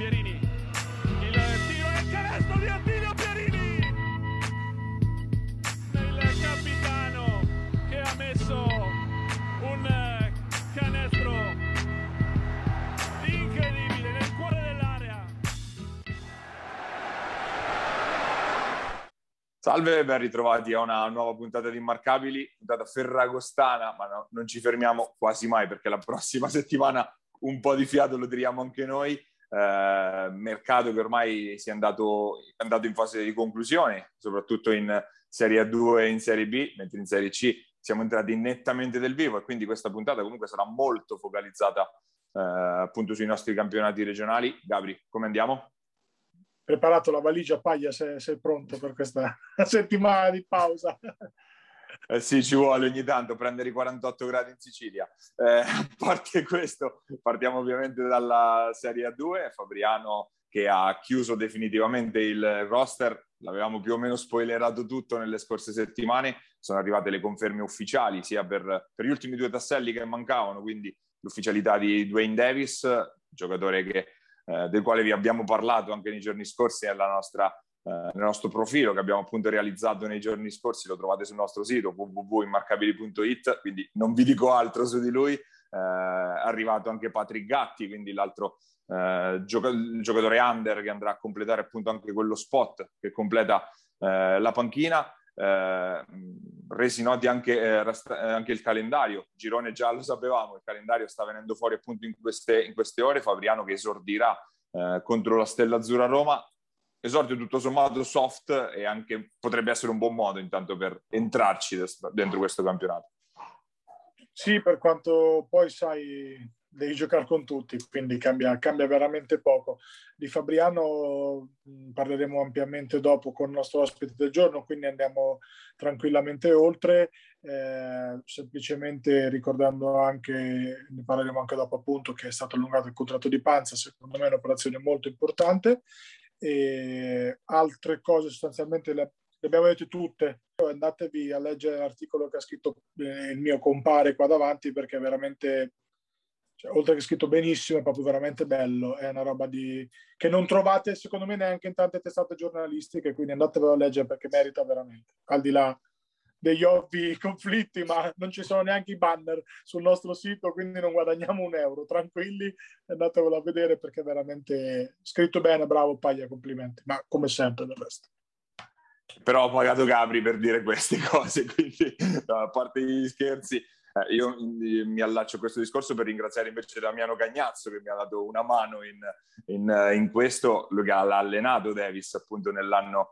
Pierini, il tiro e il canestro di Attilio Pierini, il capitano che ha messo un canestro incredibile nel cuore dell'area. Salve e ben ritrovati a una nuova puntata di Immarcabili, puntata ferragostana, ma no, non ci fermiamo quasi mai perché la prossima settimana un po' di fiato lo tiriamo anche noi. Mercato che ormai è andato in fase di conclusione, soprattutto in Serie A2 e in Serie B, mentre in Serie C siamo entrati nettamente del vivo e quindi questa puntata comunque sarà molto focalizzata appunto sui nostri campionati regionali. Gabri, come andiamo? Preparato la valigia, Paglia, sei pronto per questa settimana di pausa? Sì, ci vuole ogni tanto prendere i 48 gradi in Sicilia. A parte questo, partiamo ovviamente dalla Serie A2. Fabriano che ha chiuso definitivamente il roster, l'avevamo più o meno spoilerato tutto nelle scorse settimane, sono arrivate le conferme ufficiali sia per gli ultimi due tasselli che mancavano, quindi l'ufficialità di Dwayne Davis, giocatore del quale vi abbiamo parlato anche nei giorni scorsi nel nostro profilo che abbiamo appunto realizzato nei giorni scorsi, lo trovate sul nostro sito www.immarcabili.it, quindi non vi dico altro su di lui. È arrivato anche Patrick Gatti, quindi l'altro giocatore under che andrà a completare appunto anche quello spot che completa la panchina. Resi noti anche il calendario, girone già lo sapevamo, il calendario sta venendo fuori appunto in queste ore. Fabriano che esordirà contro la Stella Azzurra Roma, esordio tutto sommato soft e anche potrebbe essere un buon modo intanto per entrarci dentro questo campionato. Sì, per quanto poi sai devi giocare con tutti, quindi cambia veramente poco. Di Fabriano parleremo ampiamente dopo con il nostro ospite del giorno, quindi andiamo tranquillamente oltre, semplicemente ricordando anche, ne parleremo anche dopo appunto, che è stato allungato il contratto di Panza, secondo me è un'operazione molto importante, e altre cose sostanzialmente le abbiamo dette tutte. Andatevi a leggere l'articolo che ha scritto il mio compare qua davanti, perché è veramente, cioè, oltre che scritto benissimo, è proprio veramente bello, è una roba che non trovate secondo me neanche in tante testate giornalistiche, quindi andatevelo a leggere perché merita veramente, al di là degli ovvi conflitti, ma non ci sono neanche i banner sul nostro sito, quindi non guadagniamo un euro, tranquilli, andatevelo a vedere perché è veramente scritto bene. Bravo Paglia, complimenti, ma come sempre del resto. Però ho pagato Gabri per dire queste cose, quindi a parte gli scherzi, io mi allaccio a questo discorso per ringraziare invece Damiano Cagnazzo che mi ha dato una mano in questo, lui che ha allenato Davis appunto nell'anno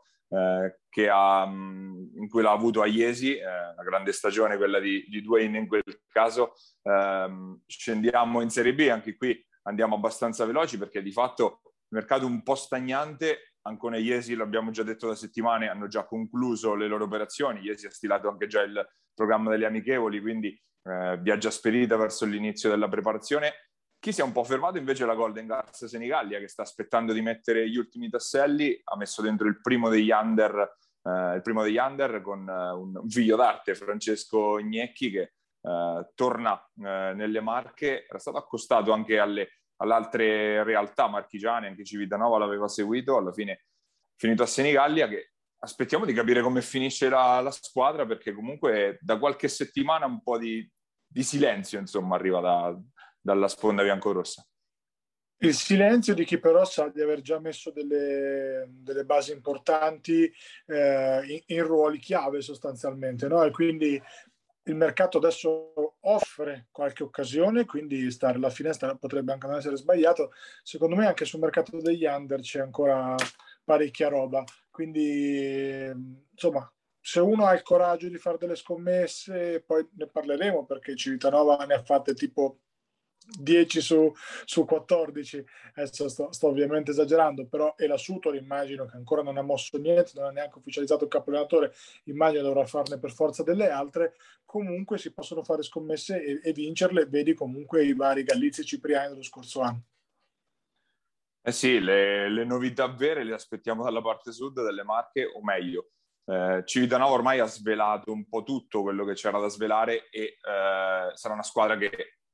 in cui l'ha avuto a Iesi, una grande stagione quella di Dwayne in quel caso. Scendiamo in Serie B, anche qui andiamo abbastanza veloci perché di fatto il mercato un po' stagnante. Ancona e Iesi, l'abbiamo già detto da settimane, hanno già concluso le loro operazioni. Iesi ha stilato anche già il programma delle amichevoli, quindi viaggia spedita verso l'inizio della preparazione. Chi si è un po' fermato invece è la Golden Garza Senigallia, che sta aspettando di mettere gli ultimi tasselli. Ha messo dentro il primo degli under con un figlio d'arte, Francesco Gnecchi, che torna nelle Marche. Era stato accostato anche alle altre realtà marchigiane, anche Civitanova l'aveva seguito, alla fine finito a Senigallia, che aspettiamo di capire come finisce la squadra, perché comunque da qualche settimana un po' di silenzio insomma arriva dalla sponda biancorossa. Il silenzio di chi però sa di aver già messo delle basi importanti in ruoli chiave sostanzialmente, no? E quindi il mercato adesso offre qualche occasione, quindi stare alla finestra potrebbe anche non essere sbagliato. Secondo me anche sul mercato degli under c'è ancora parecchia roba, quindi insomma, se uno ha il coraggio di fare delle scommesse, poi ne parleremo perché Civitanova ne ha fatte tipo 10 su 14, adesso sto ovviamente esagerando, però e la Sutor immagino che ancora non ha mosso niente, non ha neanche ufficializzato il capo allenatore, immagino dovrà farne per forza delle altre. Comunque si possono fare scommesse e vincerle, vedi comunque i vari Gallizia e Cipriani dello scorso anno. Eh sì, le novità vere le aspettiamo dalla parte sud delle Marche, o meglio, Civitanova ormai ha svelato un po' tutto quello che c'era da svelare e sarà una squadra che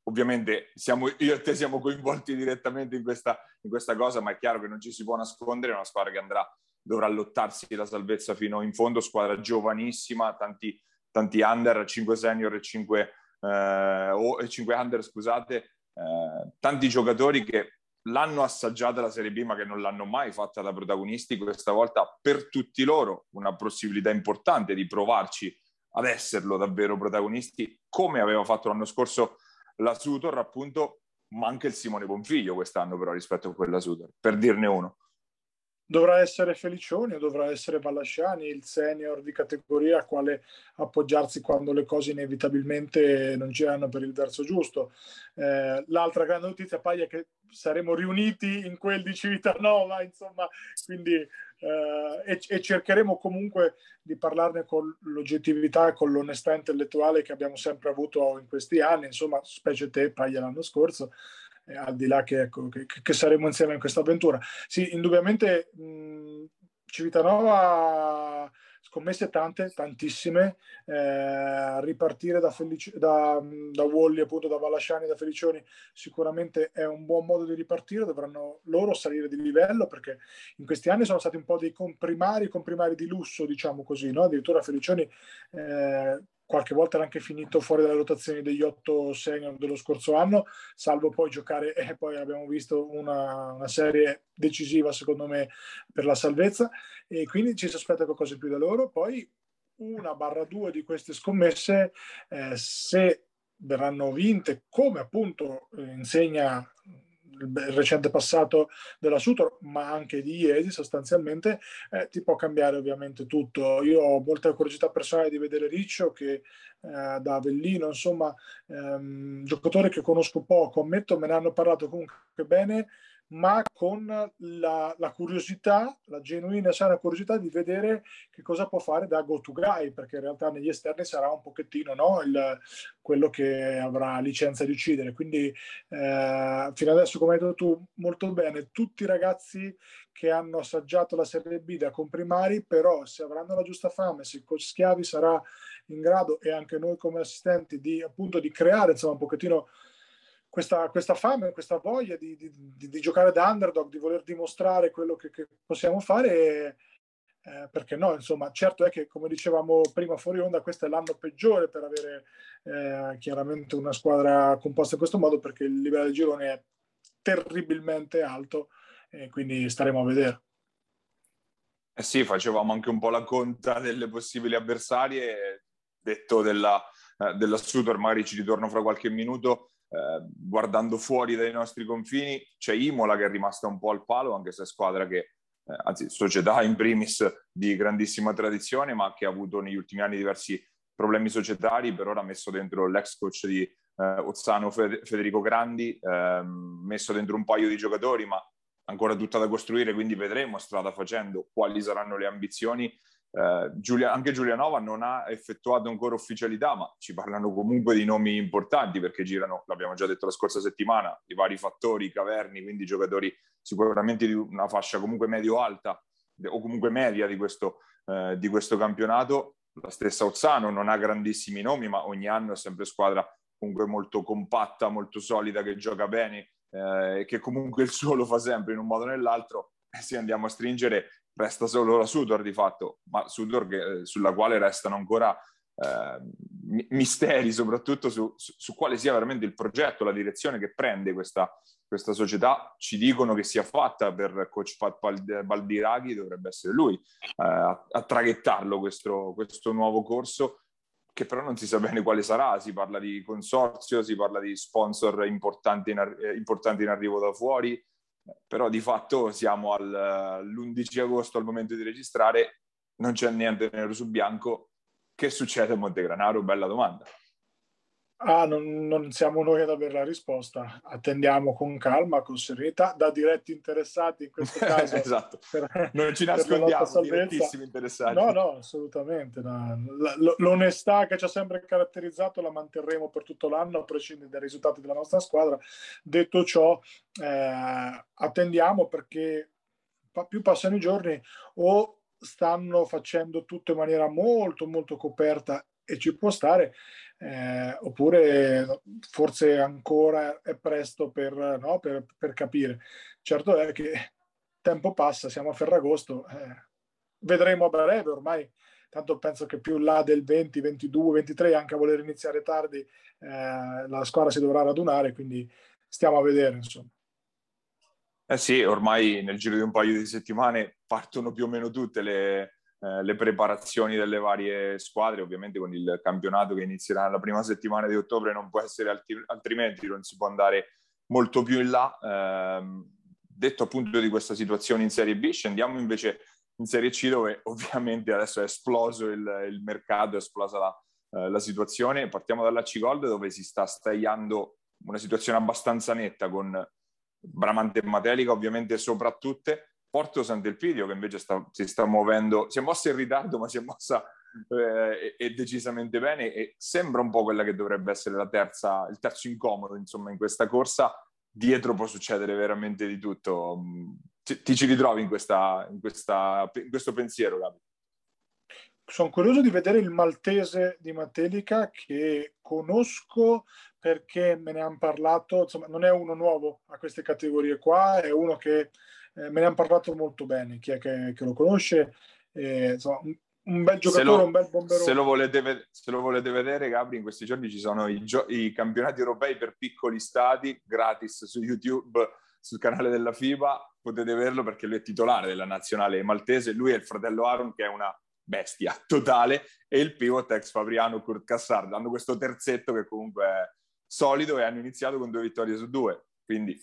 ovviamente io e te siamo coinvolti direttamente in questa cosa, ma è chiaro che non ci si può nascondere, è una squadra che dovrà lottarsi la salvezza fino in fondo, squadra giovanissima, tanti under, 5 senior e 5 under, scusate, tanti giocatori che l'hanno assaggiata la Serie B ma che non l'hanno mai fatta da protagonisti. Questa volta per tutti loro una possibilità importante di provarci ad esserlo davvero protagonisti, come aveva fatto l'anno scorso la Sutor, appunto. Manca il Simone Bonfiglio quest'anno però rispetto a quella Sutor, per dirne uno. Dovrà essere Felicioni o dovrà essere Vallasciani il senior di categoria a quale appoggiarsi quando le cose inevitabilmente non girano per il verso giusto. L'altra grande notizia, Paglia, è che saremo riuniti in quel di Civitanova, insomma, quindi e cercheremo comunque di parlarne con l'oggettività e con l'onestà intellettuale che abbiamo sempre avuto in questi anni, insomma, specie te, Paglia, l'anno scorso. Al di là che saremo insieme in questa avventura. Sì, indubbiamente Civitanova scommesse tantissime, ripartire da Wally, appunto, da Vallasciani, da Felicioni sicuramente è un buon modo di ripartire. Dovranno loro salire di livello, perché in questi anni sono stati un po' dei comprimari di lusso, diciamo così, no? Addirittura Felicioni qualche volta era anche finito fuori dalle rotazioni degli 8 senior dello scorso anno, salvo poi giocare, e poi abbiamo visto una serie decisiva secondo me per la salvezza, e quindi ci si aspetta qualcosa in più da loro. Poi 1/2 di queste scommesse, se verranno vinte, come appunto insegna il recente passato della Sutor, ma anche di Iesi, sostanzialmente ti può cambiare ovviamente tutto. Io ho molta curiosità personale di vedere Riccio, che da Avellino, insomma, giocatore che conosco poco, ammetto, me ne hanno parlato comunque bene, ma con la curiosità, la genuina e sana curiosità di vedere che cosa può fare da go to guy, perché in realtà negli esterni sarà un pochettino, no, quello che avrà licenza di uccidere. Quindi fino adesso, come hai detto tu molto bene, tutti i ragazzi che hanno assaggiato la Serie B da comprimari, però se avranno la giusta fame, se il coach Schiavi sarà in grado, e anche noi come assistenti, di appunto di creare, insomma, un pochettino questa fame, questa voglia di giocare da underdog, di voler dimostrare quello che possiamo fare, perché no, insomma. Certo è che, come dicevamo prima fuori onda, questo è l'anno peggiore per avere chiaramente una squadra composta in questo modo, perché il livello del girone è terribilmente alto, e quindi staremo a vedere. Sì, facevamo anche un po' la conta delle possibili avversarie, detto della Sutor, magari ci ritorno fra qualche minuto. Guardando fuori dai nostri confini c'è Imola, che è rimasta un po' al palo, anche se è squadra che, anzi società in primis di grandissima tradizione, ma che ha avuto negli ultimi anni diversi problemi societari. Per ora ha messo dentro l'ex coach di Ozzano, Federico Grandi, messo dentro un paio di giocatori, ma ancora tutta da costruire, quindi vedremo strada facendo quali saranno le ambizioni. Anche Giulianova non ha effettuato ancora ufficialità, ma ci parlano comunque di nomi importanti, perché girano, l'abbiamo già detto la scorsa settimana, i vari fattori, Caverni, quindi giocatori sicuramente di una fascia comunque medio-alta o comunque media di questo campionato. La stessa Ozzano non ha grandissimi nomi, ma ogni anno è sempre squadra comunque molto compatta, molto solida, che gioca bene, che comunque il suo lo fa sempre in un modo o nell'altro. Se andiamo a stringere, resta solo la Sutor di fatto, ma Sutor sulla quale restano ancora misteri, soprattutto su quale sia veramente il progetto, la direzione che prende questa società. Ci dicono che sia fatta per coach Pat Baldiraghi, dovrebbe essere lui a traghettarlo questo nuovo corso, che però non si sa bene quale sarà. Si parla di consorzio, si parla di sponsor importanti in arrivo da fuori, però di fatto siamo all'11 agosto al momento di registrare, non c'è niente nero su bianco. Che succede a Montegranaro? Bella domanda. Non siamo noi ad avere la risposta, attendiamo con calma, con serenità, da diretti interessati in questo caso. Esatto, non ci nascondiamo, direttissimi interessati. No, assolutamente. No. L'onestà che ci ha sempre caratterizzato la manterremo per tutto l'anno, a prescindere dai risultati della nostra squadra. Detto ciò, attendiamo, perché più passano i giorni, o stanno facendo tutto in maniera molto molto coperta, e ci può stare, oppure forse ancora è presto per capire. Certo è che tempo passa, siamo a Ferragosto, vedremo a breve, ormai tanto penso che più là del 20, 22, 23, anche a voler iniziare tardi, la squadra si dovrà radunare, quindi stiamo a vedere, insomma. Sì, ormai nel giro di un paio di settimane partono più o meno tutte le preparazioni delle varie squadre, ovviamente con il campionato che inizierà la prima settimana di ottobre non può essere altrimenti, non si può andare molto più in là. Detto appunto di questa situazione in Serie B, scendiamo invece in Serie C, dove ovviamente adesso è esploso il mercato, è esplosa la situazione. Partiamo dalla C-Gold, dove si sta stagliando una situazione abbastanza netta con Bramante e Matelica ovviamente sopra tutte, Porto Sant'Elpidio che invece si sta muovendo, si è mossa in ritardo ma si è mossa e decisamente bene, e sembra un po' quella che dovrebbe essere il terzo incomodo insomma in questa corsa. Dietro può succedere veramente di tutto. Ti ci ritrovi in questo pensiero, Gabi? Sono curioso di vedere il maltese di Matelica, che conosco perché me ne hanno parlato, insomma non è uno nuovo a queste categorie qua, è uno che me ne hanno parlato molto bene, chi è che lo conosce, insomma, un bel giocatore, un bel bomberone. Se lo volete vedere, Gabri, in questi giorni ci sono i campionati europei per piccoli stati, gratis su YouTube, sul canale della FIBA, potete verlo perché lui è titolare della nazionale maltese, lui è il fratello Aaron che è una bestia totale, e il pivot ex Fabriano Kurt Cassard. Hanno questo terzetto che comunque è solido e hanno iniziato con 2 vittorie su 2, quindi...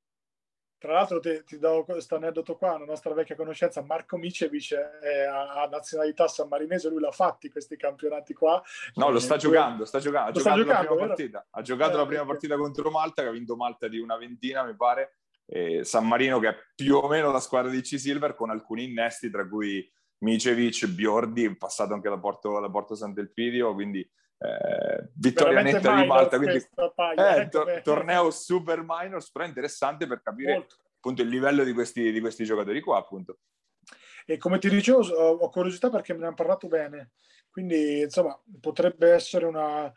Tra l'altro ti do questo aneddoto qua, una nostra vecchia conoscenza, Marco Micevic ha nazionalità sammarinese, lui l'ha fatti questi campionati qua. No, sta giocando la prima vero? partita. Ha giocato la prima partita contro Malta, che ha vinto Malta di una ventina, mi pare, e San Marino, che è più o meno la squadra di C-Silver, con alcuni innesti, tra cui Micevic, Biordi, passato anche da Porto Sant'Elpidio, quindi vittoria veramente netta di Malta, quindi torneo super minors, però interessante per capire appunto il livello di questi giocatori qua, appunto. E come ti dicevo, ho curiosità perché me ne hanno parlato bene, quindi insomma potrebbe essere una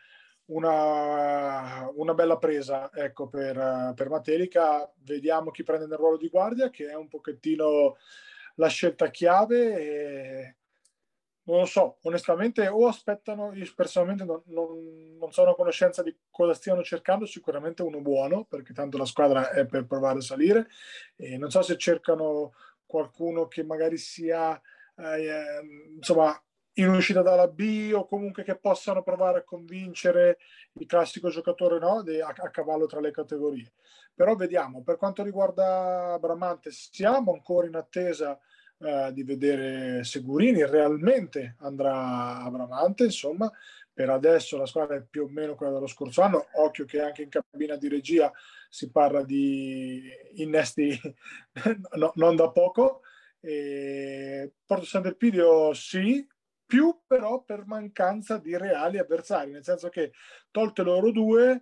bella presa, ecco, per Matelica. Vediamo chi prende nel ruolo di guardia, che è un pochettino la scelta chiave, e non lo so, onestamente, o aspettano, io personalmente non sono a conoscenza di cosa stiano cercando, sicuramente uno buono, perché tanto la squadra è per provare a salire, e non so se cercano qualcuno che magari sia insomma in uscita dalla B, o comunque che possano provare a convincere il classico giocatore, no, a cavallo tra le categorie. Però vediamo. Per quanto riguarda Bramante, siamo ancora in attesa di vedere se Gurini realmente andrà a Bramante. Insomma, per adesso la squadra è più o meno quella dello scorso anno. Occhio che anche in cabina di regia si parla di innesti non da poco. Porto Sant'Elpidio sì, più però per mancanza di reali avversari, nel senso che tolte loro due,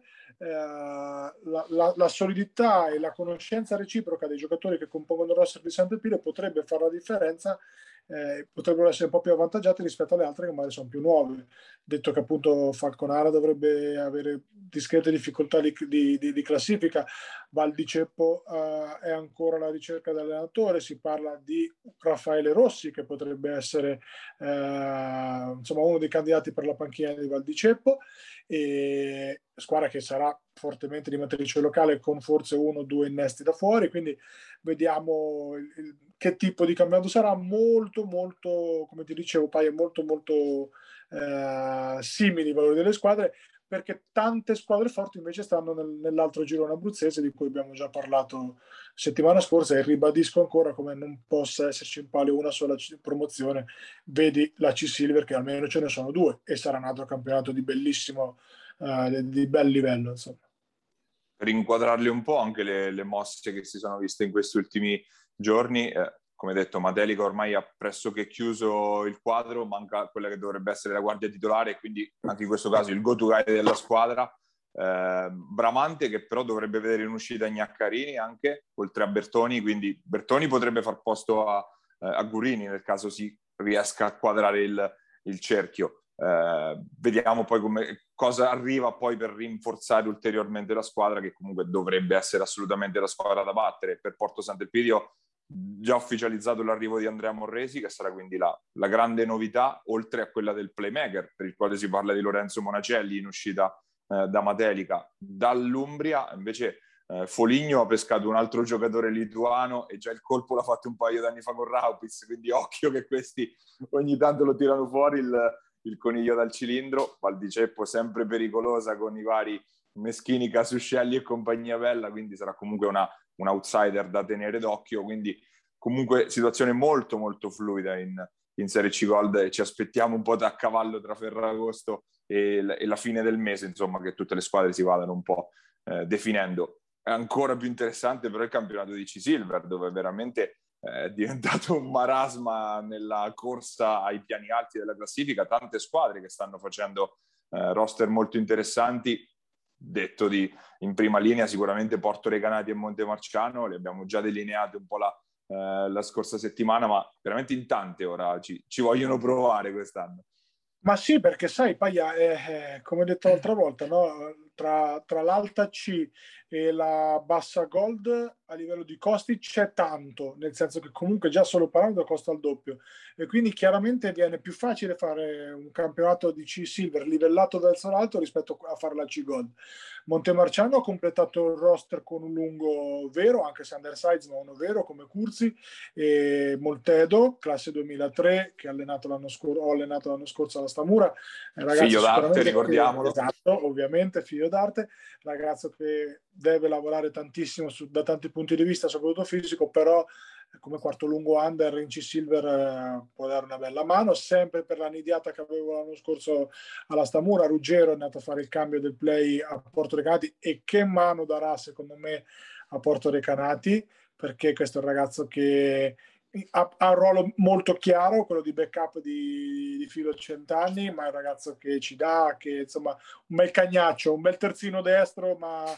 la solidità e la conoscenza reciproca dei giocatori che compongono il roster di Sant'Elpidio potrebbe fare la differenza, potrebbero essere un po' più avvantaggiati rispetto alle altre che magari sono più nuove. Detto che appunto Falconara dovrebbe avere discrete difficoltà di classifica, Val di Ceppo è ancora alla ricerca dell'allenatore, si parla di Raffaele Rossi che potrebbe essere insomma uno dei candidati per la panchina di Val di Ceppo, e squadra che sarà fortemente di matrice locale con forse 1 o 2 innesti da fuori, quindi vediamo che tipo di campionato sarà. Molto come ti dicevo Paia, molto simili i valori delle squadre, perché tante squadre forti invece stanno nell'altro girone abruzzese di cui abbiamo già parlato settimana scorsa, e ribadisco ancora come non possa esserci in palio una sola promozione. Vedi la C-Silver, che almeno ce ne sono 2 e sarà un altro campionato di bellissimo di bel livello, insomma. Per inquadrarle un po' anche le mosse che si sono viste in questi ultimi giorni, come detto, Matelica ormai ha pressoché chiuso il quadro, manca quella che dovrebbe essere la guardia titolare, quindi anche in questo caso il go-to guy della squadra. Bramante, che però dovrebbe vedere in uscita Gnaccarini anche, oltre a Bertoni, quindi Bertoni potrebbe far posto a Gurini nel caso si riesca a quadrare il cerchio. Vediamo poi cosa arriva poi per rinforzare ulteriormente la squadra, che comunque dovrebbe essere assolutamente la squadra da battere. Per Porto Sant'Elpidio già ufficializzato l'arrivo di Andrea Morresi, che sarà quindi la grande novità, oltre a quella del playmaker, per il quale si parla di Lorenzo Monacelli in uscita da Matelica. Dall'Umbria invece Foligno ha pescato un altro giocatore lituano e già il colpo l'ha fatto un paio d'anni fa con Raupis, quindi occhio che questi ogni tanto lo tirano fuori il coniglio dal cilindro. Val di Ceppo sempre pericolosa con i vari Meschini, Casuscelli e compagnia bella, quindi sarà comunque un outsider da tenere d'occhio. Quindi comunque situazione molto molto fluida in Serie C Gold, e ci aspettiamo un po' da cavallo tra Ferragosto e la fine del mese, insomma, che tutte le squadre si vadano un po' definendo. È ancora più interessante però il campionato di C-Silver, dove veramente è diventato un marasma nella corsa ai piani alti della classifica, tante squadre che stanno facendo roster molto interessanti. Detto in prima linea sicuramente Porto Recanati e Montemarciano, li abbiamo già delineati un po' la scorsa settimana, ma veramente in tante ora ci vogliono provare quest'anno. Ma sì, perché sai, Paglia, come ho detto l'altra volta, no? Tra l'alta C e la bassa Gold a livello di costi c'è tanto, nel senso che comunque già solo parlando costa il doppio, e quindi chiaramente viene più facile fare un campionato di C Silver livellato verso l'alto rispetto a fare la C Gold. Montemarciano ha completato il roster con un lungo vero, anche se undersize, ma uno vero come Curzi, e Moltedo, classe 2003, che ho allenato l'anno scorso alla Stamura, Figlio d'arte, ricordiamolo. Esatto, ovviamente figlio d'arte, ragazzo che deve lavorare tantissimo da tanti punti di vista, soprattutto fisico, però come quarto lungo under in C-Silver può dare una bella mano. Sempre per la nidiata che avevo l'anno scorso alla Stamura, Ruggero è andato a fare il cambio del play a Porto Recanati, e che mano darà secondo me a Porto Recanati, perché questo è un ragazzo che ha un ruolo molto chiaro, quello di backup di filo cent'anni, ma è un ragazzo che ci dà, che insomma un bel cagnaccio, un bel terzino destro,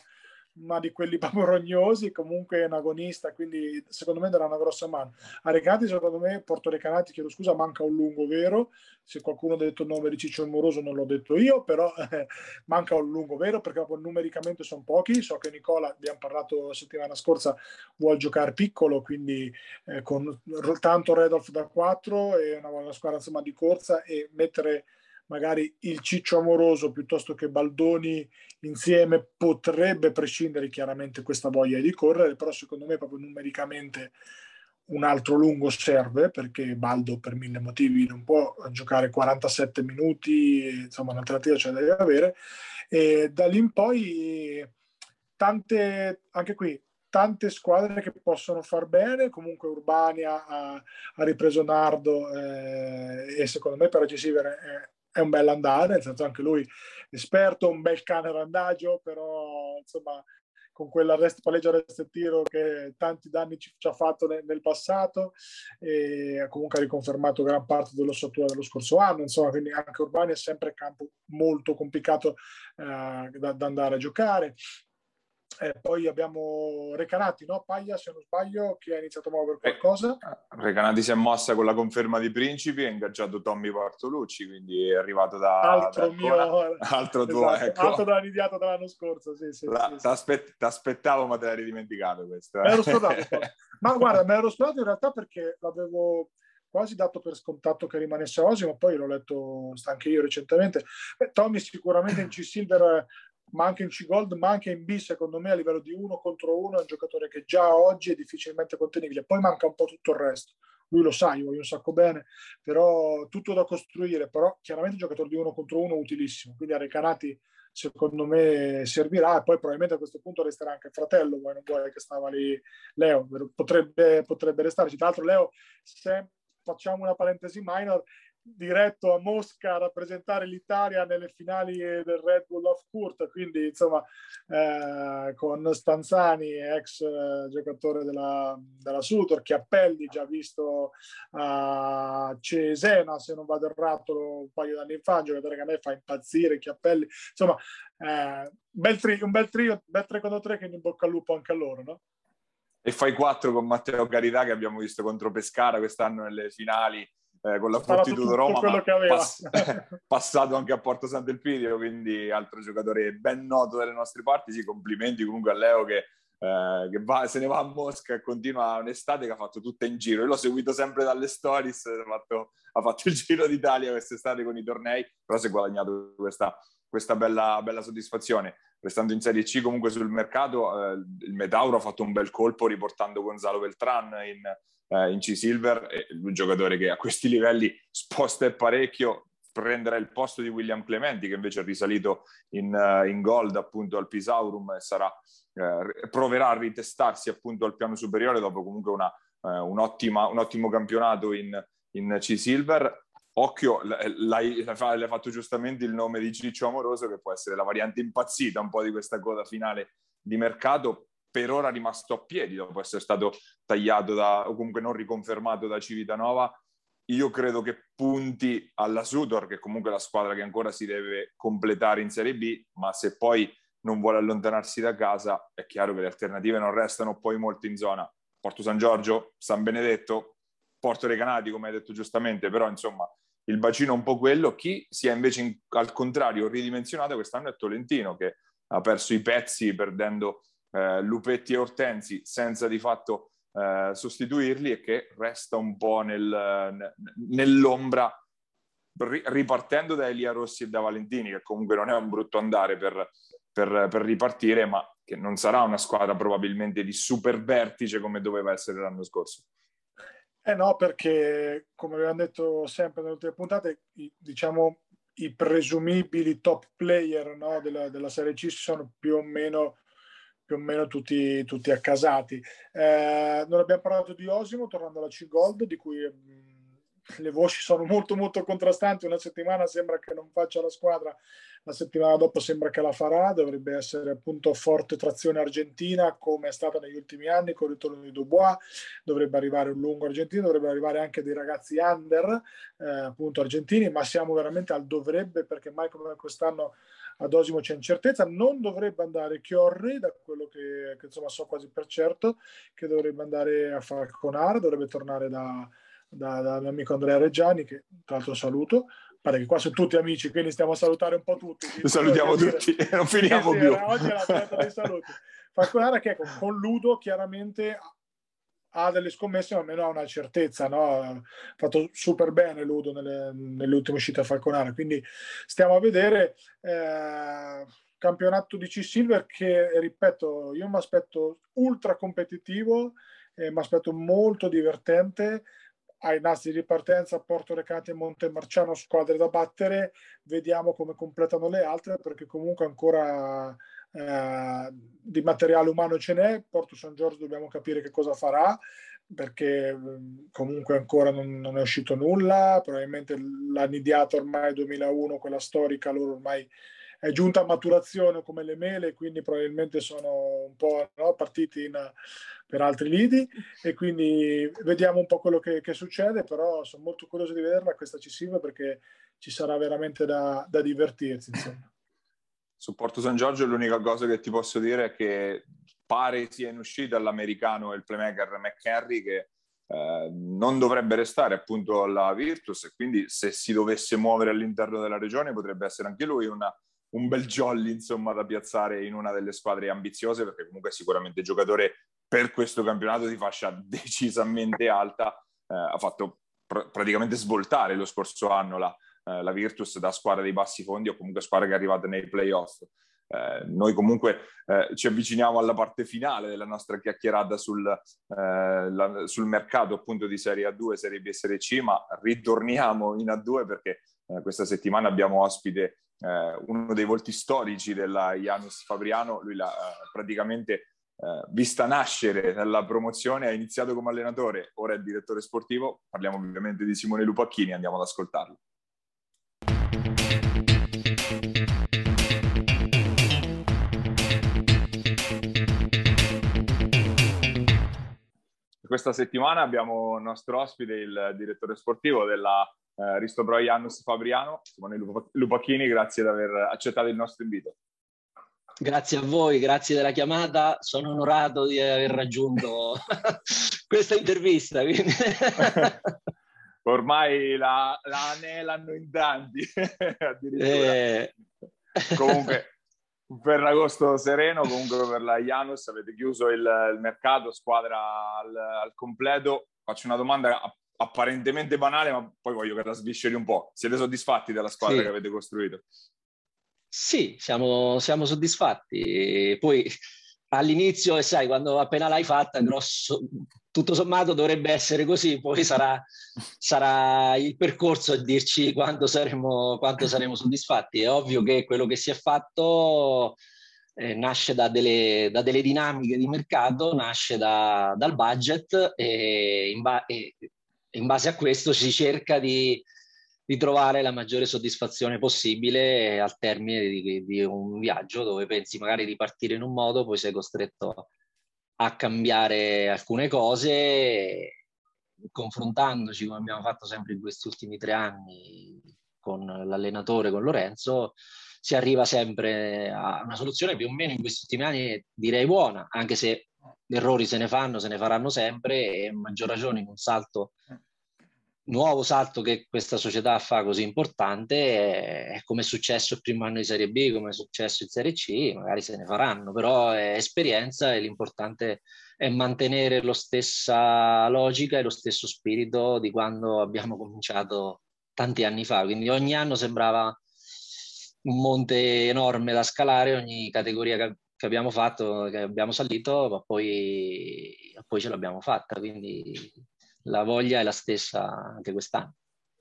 ma di quelli proprio rognosi, comunque è un agonista, quindi secondo me darà una grossa mano. A Recanati, secondo me, Porto Recanati, chiedo scusa, manca un lungo vero. Se qualcuno ha detto il nome di Ciccio Amoroso non l'ho detto io, però manca un lungo vero, perché proprio numericamente sono pochi. So che Nicola, abbiamo parlato la settimana scorsa, vuole giocare piccolo, quindi con tanto Redolf da 4 e una squadra insomma di corsa, e mettere magari il Ciccio Amoroso piuttosto che Baldoni insieme potrebbe prescindere chiaramente questa voglia di correre, però secondo me proprio numericamente un altro lungo serve, perché Baldo per mille motivi non può giocare 47 minuti, insomma un'alternativa ce la deve avere, e da lì in poi anche qui tante squadre che possono far bene. Comunque Urbania ha ripreso Nardo, e secondo me per Receiver è un bel andare, nel senso anche lui esperto, un bel cane randagio, però insomma con palleggio arresto e tiro che tanti danni ci ha fatto nel passato, e comunque ha riconfermato gran parte dell'ossatura dello scorso anno, insomma, quindi anche Urbani è sempre campo molto complicato da andare a giocare. Poi abbiamo Recanati, no? Paglia, se non sbaglio, che ha iniziato a muovere qualcosa. Recanati si è mossa con la conferma di Principi e ha ingaggiato Tommy Bartolucci, quindi è arrivato altro tuo, ecco. Altro dalla nidiata dell'anno scorso, sì. T'aspettavo, ma te l'hai dimenticato questo. Me l'ero scordato. Ma guarda, me l'ero scordato in realtà perché l'avevo quasi dato per scontato che rimanesse Osi, ma poi l'ho letto anche io recentemente. Tommy sicuramente in C-Silver, ma anche in C-Gold, ma anche in B, secondo me a livello di 1 contro 1 è un giocatore che già oggi è difficilmente contenibile. Poi manca un po' tutto il resto. Lui lo sa, io voglio un sacco bene, però tutto da costruire. Però chiaramente un giocatore di 1 contro 1 utilissimo, quindi a Recanati secondo me servirà, e poi probabilmente a questo punto resterà anche il fratello, vuoi non vuoi, che stava lì, Leo, potrebbe restarci. Tra l'altro Leo, se facciamo una parentesi minor, diretto a Mosca a rappresentare l'Italia nelle finali del Red Bull of Kurt, quindi insomma con Stanzani, ex giocatore della Sutor, Chiappelli, già visto a Cesena se non vado errato un paio d'anni fa, un giocatore che a me fa impazzire, Chiappelli, insomma un bel trio 3 contro 3, che in bocca al lupo anche a loro, no? E fai 4 con Matteo Carità, che abbiamo visto contro Pescara quest'anno nelle finali con la Fortitudo Roma, quello che aveva. passato anche a Porto Sant'Elpidio, quindi altro giocatore ben noto dalle nostre parti. Sì, complimenti comunque a Leo che se ne va a Mosca e continua un'estate che ha fatto tutta in giro. Io l'ho seguito sempre dalle stories, ha fatto il Giro d'Italia quest'estate con i tornei, però si è guadagnato questa bella soddisfazione. Restando in Serie C comunque sul mercato, il Metauro ha fatto un bel colpo riportando Gonzalo Beltran in C-Silver, un giocatore che a questi livelli sposta parecchio, prenderà il posto di William Clementi, che invece è risalito in Gold appunto al Pisaurum e proverà a ritestarsi appunto al piano superiore dopo comunque un ottimo campionato in C-Silver. Occhio, l'hai fatto giustamente il nome di Ciccio Amoroso, che può essere la variante impazzita un po' di questa coda finale di mercato, per ora rimasto a piedi dopo essere stato tagliato o comunque non riconfermato da Civitanova. Io credo che punti alla Sutor, che comunque è la squadra che ancora si deve completare in Serie B, ma se poi non vuole allontanarsi da casa è chiaro che le alternative non restano poi molte in zona. Porto San Giorgio, San Benedetto, Porto Recanati, come hai detto giustamente, però insomma il bacino è un po' quello. Chi si è invece al contrario ridimensionato quest'anno è Tolentino, che ha perso i pezzi perdendo Lupetti e Ortensi senza di fatto sostituirli, e che resta un po' nell'ombra, ripartendo da Elia Rossi e da Valentini, che comunque non è un brutto andare per ripartire, ma che non sarà una squadra probabilmente di super vertice come doveva essere l'anno scorso. No, perché come abbiamo detto sempre nelle ultime puntate, diciamo i presumibili top player, no, della Serie C sono più o meno tutti accasati. Non abbiamo parlato di Osimo, tornando alla C-Gold, di cui le voci sono molto molto contrastanti. Una settimana sembra che non faccia la squadra, la settimana dopo sembra che la farà. Dovrebbe essere appunto forte trazione argentina, come è stata negli ultimi anni con il ritorno di Dubois. Dovrebbe arrivare un lungo argentino, dovrebbero arrivare anche dei ragazzi under appunto argentini, ma siamo veramente al dovrebbe, perché mai come quest'anno ad Osimo c'è incertezza. Non dovrebbe andare Chiorri, da quello che insomma so quasi per certo, che dovrebbe andare a Falconara, dovrebbe tornare da mio amico Andrea Reggiani, che tra l'altro saluto. Pare che qua sono tutti amici, quindi stiamo a salutare un po' tutti. Salutiamo tutti, non finiamo più. Oggi è la serata dei saluti. Falconara che con Ludo chiaramente ha delle scommesse, ma almeno ha una certezza, no? Ha fatto super bene Ludo nelle ultime uscite a Falconara, quindi stiamo a vedere. Campionato di C-Silver che, ripeto, io mi aspetto ultra competitivo, mi aspetto molto divertente. Ai nastri di partenza Porto Recati e Montemarciano squadre da battere, vediamo come completano le altre, perché comunque ancora di materiale umano ce n'è. Porto San Giorgio dobbiamo capire che cosa farà, perché comunque ancora non è uscito nulla, probabilmente l'annidiata ormai 2001, quella storica, loro ormai è giunta a maturazione come le mele, quindi probabilmente sono un po', no, partiti per altri lidi, e quindi vediamo un po' quello che succede. Però sono molto curioso di vederla questa C-Silver, perché ci sarà veramente da divertirsi, insomma. Su Porto San Giorgio l'unica cosa che ti posso dire è che pare sia in uscita l'americano e il playmaker McHenry, che non dovrebbe restare appunto alla Virtus, e quindi se si dovesse muovere all'interno della regione potrebbe essere anche lui un bel jolly, insomma, da piazzare in una delle squadre ambiziose, perché comunque è sicuramente giocatore per questo campionato di fascia decisamente alta. Ha fatto praticamente svoltare lo scorso anno la Virtus da squadra dei bassi fondi o comunque squadra che è arrivata nei playoff. Noi comunque ci avviciniamo alla parte finale della nostra chiacchierata sul mercato appunto di Serie A2, Serie B e Serie C, ma ritorniamo in A2 perché questa settimana abbiamo ospite uno dei volti storici della Janus Fabriano. Lui l'ha praticamente vista nascere dalla promozione, ha iniziato come allenatore, ora è direttore sportivo. Parliamo ovviamente di Simone Lupacchini, andiamo ad ascoltarlo. Questa settimana abbiamo il nostro ospite, il direttore sportivo della Risto Pro Janus Fabriano, Simone Lupacchini. Grazie di aver accettato il nostro invito. Grazie a voi, grazie della chiamata, sono onorato di aver raggiunto questa intervista. Quindi... ormai la anelano in tanti, addirittura. Comunque, un Ferragosto sereno, comunque per la Janus avete chiuso il mercato, squadra al completo. Faccio una domanda apparentemente banale, ma poi voglio che la svisceri un po'. Siete soddisfatti della squadra che avete costruito? Sì, siamo soddisfatti. E poi all'inizio, e sai, quando appena l'hai fatta, tutto sommato dovrebbe essere così, poi sarà il percorso a dirci quanto saremo soddisfatti. È ovvio che quello che si è fatto nasce da delle dinamiche di mercato, nasce dal budget e in base a questo si cerca di trovare la maggiore soddisfazione possibile al termine di un viaggio dove pensi magari di partire in un modo, poi sei costretto a cambiare alcune cose, confrontandoci come abbiamo fatto sempre in questi ultimi 3 anni con l'allenatore, con Lorenzo, si arriva sempre a una soluzione più o meno in questi ultimi anni direi buona, anche se errori se ne faranno sempre, e a maggior ragione in un nuovo salto che questa società fa così importante, è come è successo il primo anno di Serie B, come è successo in Serie C, magari se ne faranno, però è esperienza e l'importante è mantenere la stessa logica e lo stesso spirito di quando abbiamo cominciato tanti anni fa, quindi ogni anno sembrava un monte enorme da scalare, ogni categoria che abbiamo fatto, che abbiamo salito, ma poi ce l'abbiamo fatta, quindi la voglia è la stessa anche quest'anno.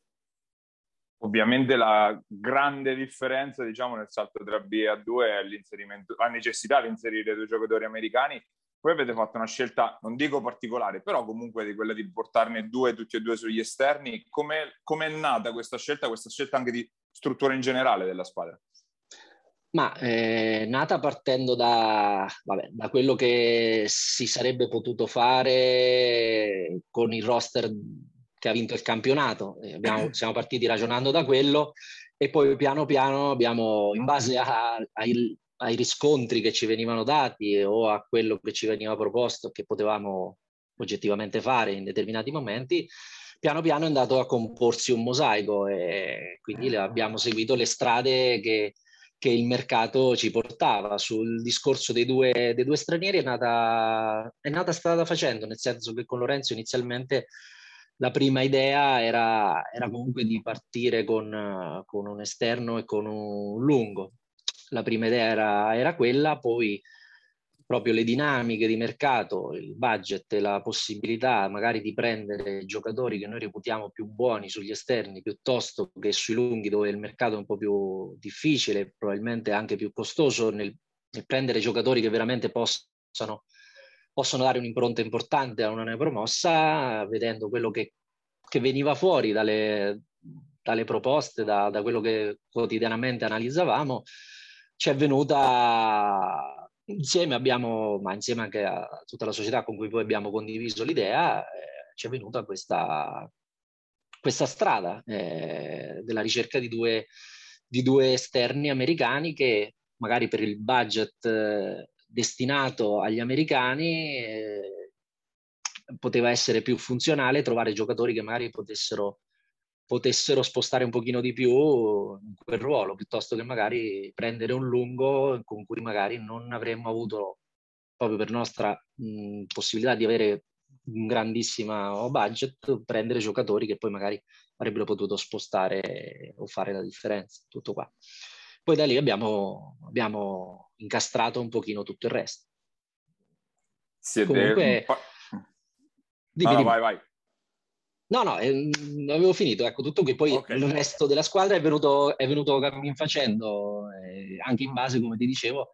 Ovviamente la grande differenza, diciamo, nel salto tra B e A2 è la necessità di inserire 2 giocatori americani. Voi avete fatto una scelta, non dico particolare, però comunque di quella di portarne 2, tutti e 2 sugli esterni. Come è nata questa scelta anche di struttura in generale della squadra? Ma nata partendo da quello che si sarebbe potuto fare con il roster che ha vinto il campionato. Siamo partiti ragionando da quello e poi piano piano abbiamo, in base ai riscontri che ci venivano dati o a quello che ci veniva proposto, che potevamo oggettivamente fare in determinati momenti, piano piano è andato a comporsi un mosaico e quindi abbiamo seguito le strade che il mercato ci portava. Sul discorso dei due stranieri è nata strada facendo, nel senso che con Lorenzo inizialmente la prima idea era comunque di partire con un esterno e con un lungo. La prima idea era quella, poi proprio le dinamiche di mercato, il budget e la possibilità magari di prendere giocatori che noi reputiamo più buoni sugli esterni piuttosto che sui lunghi, dove il mercato è un po' più difficile, probabilmente anche più costoso nel prendere giocatori che veramente possono dare un'impronta importante a una neopromossa, vedendo quello che veniva fuori dalle proposte, da quello che quotidianamente analizzavamo, ci è venuta insieme anche a tutta la società con cui poi abbiamo condiviso l'idea, ci è venuta questa strada della ricerca di due esterni americani che magari per il budget destinato agli americani poteva essere più funzionale trovare giocatori che magari potessero spostare un pochino di più in quel ruolo, piuttosto che magari prendere un lungo con cui magari non avremmo avuto, proprio per nostra possibilità di avere un grandissimo budget, prendere giocatori che poi magari avrebbero potuto spostare o fare la differenza. Tutto qua. Poi da lì abbiamo incastrato un pochino tutto il resto. Comunque, dimmi. Vai. No, avevo finito. Ecco, tutto che poi il resto della squadra è venuto cammin facendo, anche in base, come ti dicevo,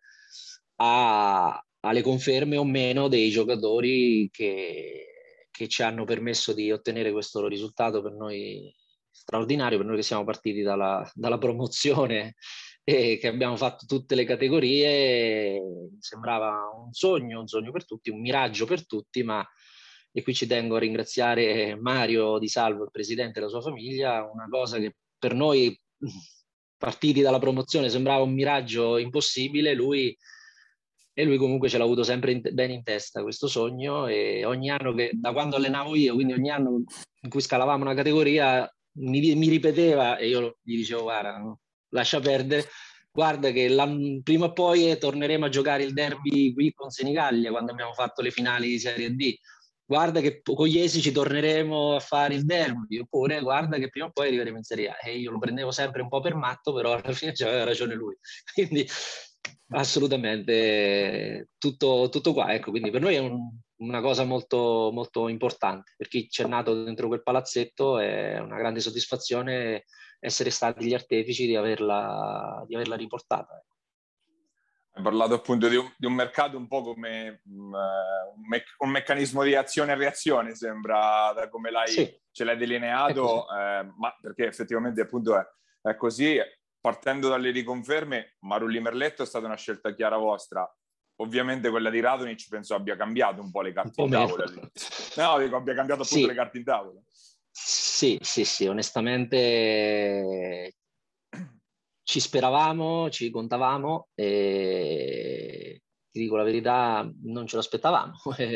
alle conferme o meno dei giocatori che ci hanno permesso di ottenere questo risultato per noi straordinario, per noi che siamo partiti dalla promozione e che abbiamo fatto tutte le categorie. Sembrava un sogno per tutti, un miraggio per tutti, e qui ci tengo a ringraziare Mario Di Salvo, il presidente, e la sua famiglia. Una cosa che per noi, partiti dalla promozione, sembrava un miraggio impossibile, lui e lui comunque ce l'ha avuto sempre bene in testa questo sogno, e ogni anno da quando allenavo io, quindi ogni anno in cui scalavamo una categoria, mi ripeteva, e io gli dicevo: guarda, no, lascia perdere, guarda che prima o poi torneremo a giocare il derby qui con Senigallia, quando abbiamo fatto le finali di Serie D. Guarda che con gli Esi ci torneremo a fare il derby, oppure guarda che prima o poi arriveremo in Serie A. E io lo prendevo sempre un po' per matto, però alla fine aveva ragione lui. Quindi assolutamente tutto qua. Ecco, quindi per noi è una cosa molto, molto importante. Per chi c'è nato dentro quel palazzetto è una grande soddisfazione essere stati gli artefici di averla riportata. Hai parlato appunto di un mercato un po' come un meccanismo di azione e reazione, sembra, da come ce l'hai delineato, ma perché effettivamente appunto è così. Partendo dalle riconferme, Marulli Merletto è stata una scelta chiara vostra. Ovviamente quella di Radonic penso abbia cambiato un po' le carte in tavola. No, dico, abbia cambiato appunto le carte in tavola. Sì, onestamente ci speravamo, ci contavamo, e ti dico la verità, non ce l'aspettavamo.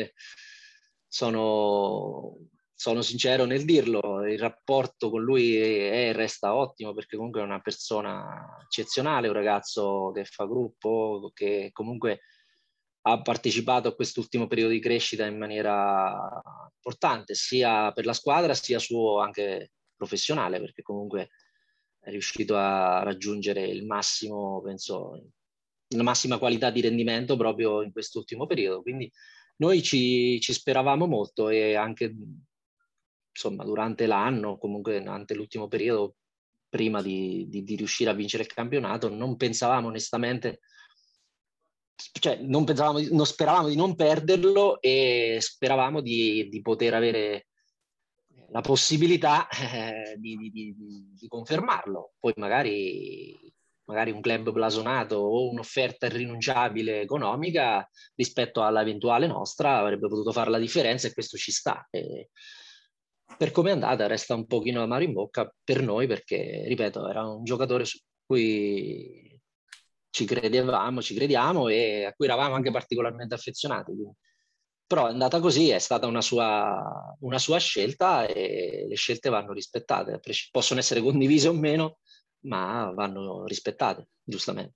Sono sincero nel dirlo, il rapporto con lui è e resta ottimo, perché comunque è una persona eccezionale, un ragazzo che fa gruppo, che comunque ha partecipato a quest'ultimo periodo di crescita in maniera importante, sia per la squadra sia suo anche professionale, perché comunque è riuscito a raggiungere il massimo, penso, la massima qualità di rendimento proprio in quest'ultimo periodo. Quindi noi ci speravamo molto, e anche insomma durante l'anno, comunque durante l'ultimo periodo, prima di riuscire a vincere il campionato, non pensavamo onestamente, cioè non speravamo di non perderlo, e speravamo di poter avere la possibilità di confermarlo. Poi magari un club blasonato o un'offerta irrinunciabile economica rispetto all'eventuale nostra avrebbe potuto fare la differenza, e questo ci sta. E per come è andata resta un pochino amaro in bocca per noi, perché, ripeto, era un giocatore su cui ci credevamo, ci crediamo, e a cui eravamo anche particolarmente affezionati. Quindi. Però è andata così, è stata una sua scelta, e le scelte vanno rispettate. Possono essere condivise o meno, ma vanno rispettate, giustamente.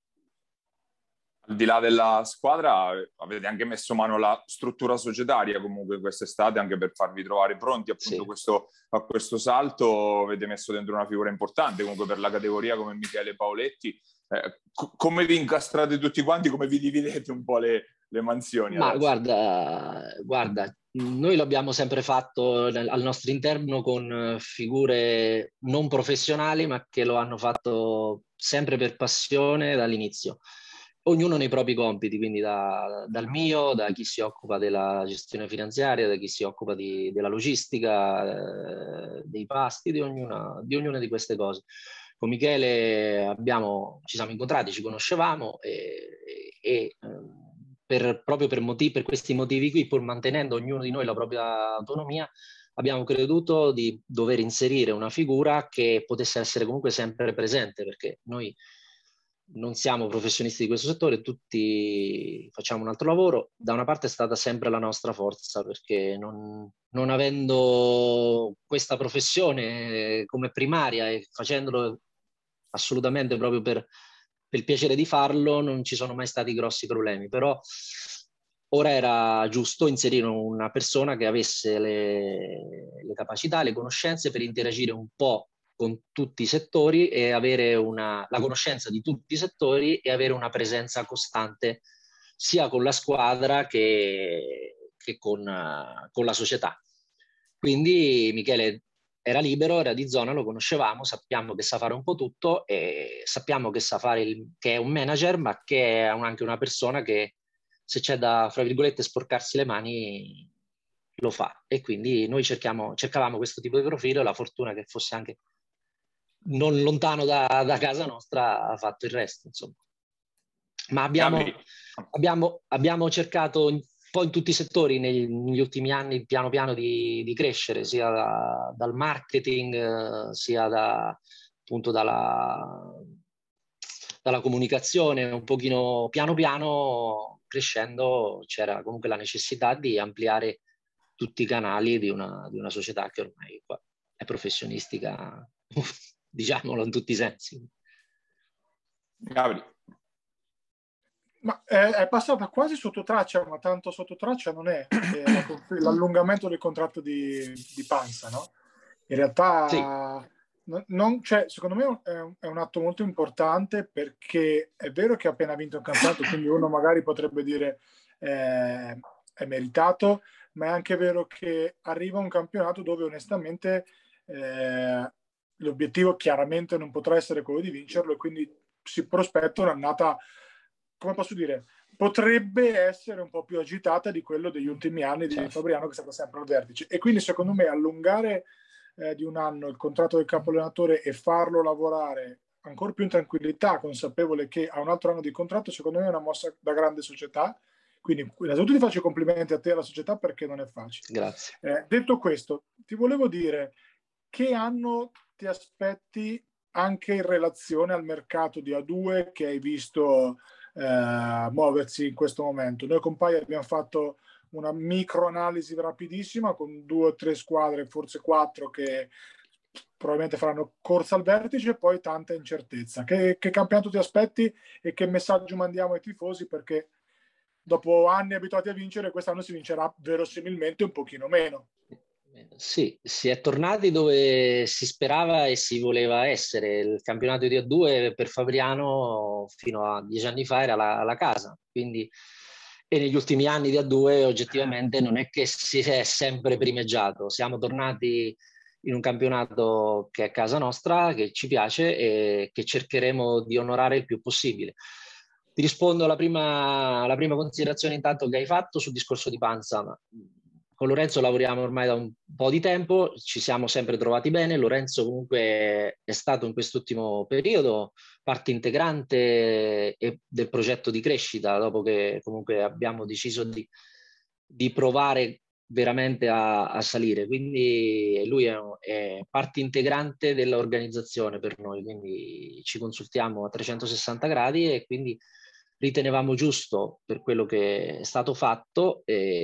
Al di là della squadra, avete anche messo mano alla struttura societaria comunque quest'estate, anche per farvi trovare pronti appunto a questo salto. Avete messo dentro una figura importante comunque per la categoria come Michele Paoletti. Come vi incastrate tutti quanti? Come vi dividete un po' le mansioni? Ma adesso? guarda, noi l'abbiamo sempre fatto al nostro interno con figure non professionali, ma che lo hanno fatto sempre per passione dall'inizio. Ognuno nei propri compiti, quindi dal mio, da chi si occupa della gestione finanziaria, da chi si occupa della logistica, dei pasti, di ognuna di queste cose. Con Michele ci siamo incontrati, ci conoscevamo, e proprio per questi motivi qui, pur mantenendo ognuno di noi la propria autonomia, abbiamo creduto di dover inserire una figura che potesse essere comunque sempre presente, perché noi non siamo professionisti di questo settore, tutti facciamo un altro lavoro. Da una parte è stata sempre la nostra forza, perché non avendo questa professione come primaria e facendolo assolutamente proprio per il piacere di farlo, non ci sono mai stati grossi problemi. Però ora era giusto inserire una persona che avesse le capacità, le conoscenze per interagire un po' con tutti i settori, e avere la conoscenza di tutti i settori, e avere una presenza costante sia con la squadra che con la società. Quindi Michele era libero, era di zona, lo conoscevamo, sappiamo che sa fare un po' tutto, e sappiamo che sa fare che è un manager, ma che è anche una persona che, se c'è da, fra virgolette, sporcarsi le mani, lo fa. E quindi noi cercavamo questo tipo di profilo, e la fortuna che fosse anche non lontano da casa nostra ha fatto il resto, insomma. Ma abbiamo cercato un po' in tutti i settori negli ultimi anni, piano piano, di crescere, sia dal marketing, sia appunto dalla comunicazione. Un pochino piano piano crescendo c'era comunque la necessità di ampliare tutti i canali di una società che ormai è professionistica, diciamolo in tutti i sensi. Gabri. Ma è passata quasi sotto traccia, ma tanto sotto traccia non è l'allungamento del contratto di Pansa, no? In realtà Sì. cioè, secondo me è un atto molto importante, perché è vero che ha appena vinto un campionato, quindi uno magari potrebbe dire è meritato, ma è anche vero che arriva un campionato dove onestamente l'obiettivo chiaramente non potrà essere quello di vincerlo, e quindi si prospetta un'annata, come posso dire, potrebbe essere un po' più agitata di quello degli ultimi anni di Fabriano, che è stato sempre al vertice. E quindi secondo me allungare di un anno il contratto del capo allenatore e farlo lavorare ancora più in tranquillità, consapevole che ha un altro anno di contratto, secondo me è una mossa da grande società. Quindi innanzitutto ti faccio i complimenti a te e alla società, perché non è facile. Grazie. Detto questo, ti volevo dire, che anno ti aspetti anche in relazione al mercato di A2 che hai visto muoversi in questo momento? Noi con Pai abbiamo fatto una microanalisi rapidissima con 2 o 3 squadre, forse 4, che probabilmente faranno corsa al vertice, e poi tanta incertezza. Che campionato ti aspetti e che messaggio mandiamo ai tifosi? Perché dopo anni abituati a vincere, quest'anno si vincerà verosimilmente un pochino meno. Sì, si è tornati dove si sperava e si voleva essere. Il campionato di A2 per Fabriano fino a 10 anni fa era la casa, quindi, e negli ultimi anni di A2 oggettivamente non è che si è sempre primeggiato. Alla tornati in un campionato che è casa nostra, che ci piace e che cercheremo di onorare il più possibile. Ti rispondo alla prima considerazione intanto che hai fatto sul discorso di Panza. Con Lorenzo lavoriamo ormai da un po' di tempo, ci siamo sempre trovati bene. Lorenzo comunque è stato in quest'ultimo periodo parte integrante del progetto di crescita, dopo che comunque abbiamo deciso di provare veramente a salire. Quindi lui è parte integrante dell'organizzazione per noi, quindi ci consultiamo a 360 gradi e quindi ritenevamo giusto, per quello che è stato fatto,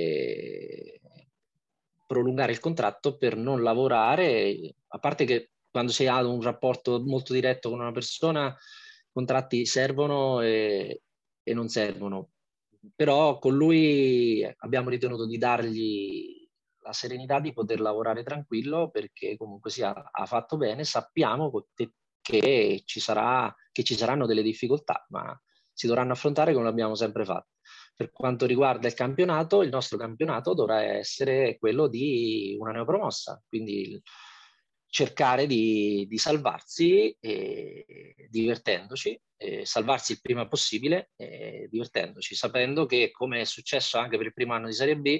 prolungare il contratto per non lavorare, a parte che quando si ha un rapporto molto diretto con una persona, i contratti servono e non servono. Però con lui abbiamo ritenuto di dargli la serenità di poter lavorare tranquillo, perché comunque ha fatto bene. Sappiamo che ci saranno delle difficoltà, ma si dovranno affrontare come l'abbiamo sempre fatto. Per quanto riguarda il campionato, il nostro campionato dovrà essere quello di una neopromossa, quindi cercare di salvarsi divertendoci, salvarsi il prima possibile divertendoci, sapendo che, come è successo anche per il primo anno di Serie B,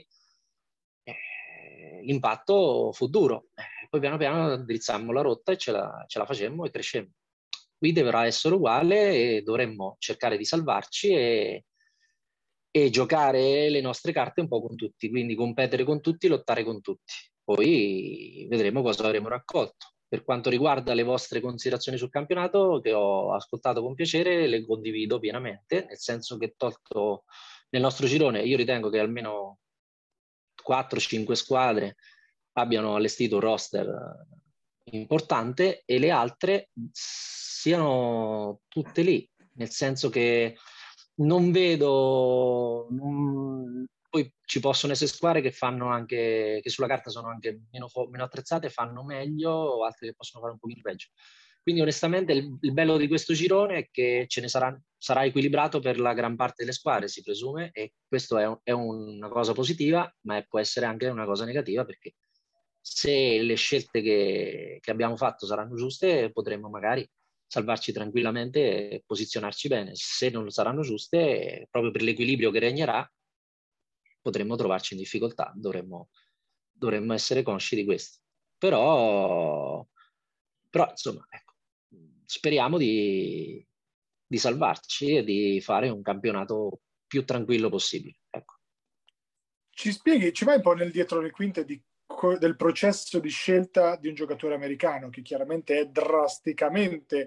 l'impatto fu duro. Poi piano piano drizzammo la rotta e ce la facemmo e crescemmo. Qui dovrà essere uguale e dovremmo cercare di salvarci e giocare le nostre carte un po' con tutti, quindi competere con tutti, lottare con tutti. Poi vedremo cosa avremo raccolto. Per quanto riguarda le vostre considerazioni sul campionato, che ho ascoltato con piacere, le condivido pienamente, nel senso che tolto nel nostro girone, io ritengo che almeno 4-5 squadre abbiano allestito un roster importante e le altre siano tutte lì, nel senso che non vedo, poi ci possono essere squadre che fanno anche, che sulla carta sono anche meno attrezzate, fanno meglio, altre che possono fare un pochino peggio. Quindi onestamente il bello di questo girone è che sarà equilibrato per la gran parte delle squadre, si presume, e questo è una cosa positiva, ma può essere anche una cosa negativa, perché se le scelte che abbiamo fatto saranno giuste, potremmo magari salvarci tranquillamente e posizionarci bene. Se non saranno giuste, proprio per l'equilibrio che regnerà, potremmo trovarci in difficoltà, dovremmo essere consci di questo. Però insomma, ecco, speriamo di salvarci e di fare un campionato più tranquillo possibile. Ecco. Ci vai un po' nel dietro le quinte del processo di scelta di un giocatore americano, che chiaramente è drasticamente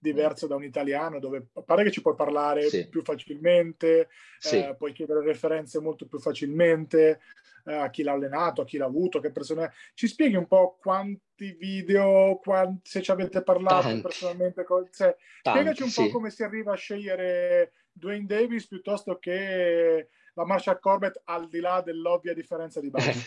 diversa da un italiano, dove pare che ci puoi parlare Sì. più facilmente, Sì. puoi chiedere referenze molto più facilmente a chi l'ha allenato, a chi l'ha avuto, che persone... Ci spieghi un po' quanti video, se ci avete parlato Tanti, personalmente, spiegaci un po' sì. come si arriva a scegliere Dwayne Davis piuttosto che la Marshall Corbett, al di là dell'ovvia differenza di base.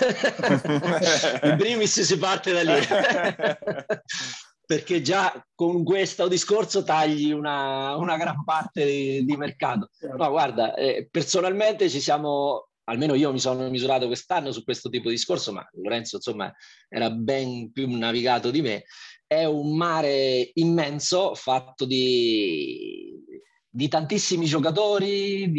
In primis si parte da lì. Perché già con questo discorso tagli una gran parte di mercato. No, guarda, personalmente ci siamo, almeno io mi sono misurato quest'anno su questo tipo di discorso, ma Lorenzo insomma era ben più navigato di me. È un mare immenso fatto di tantissimi giocatori,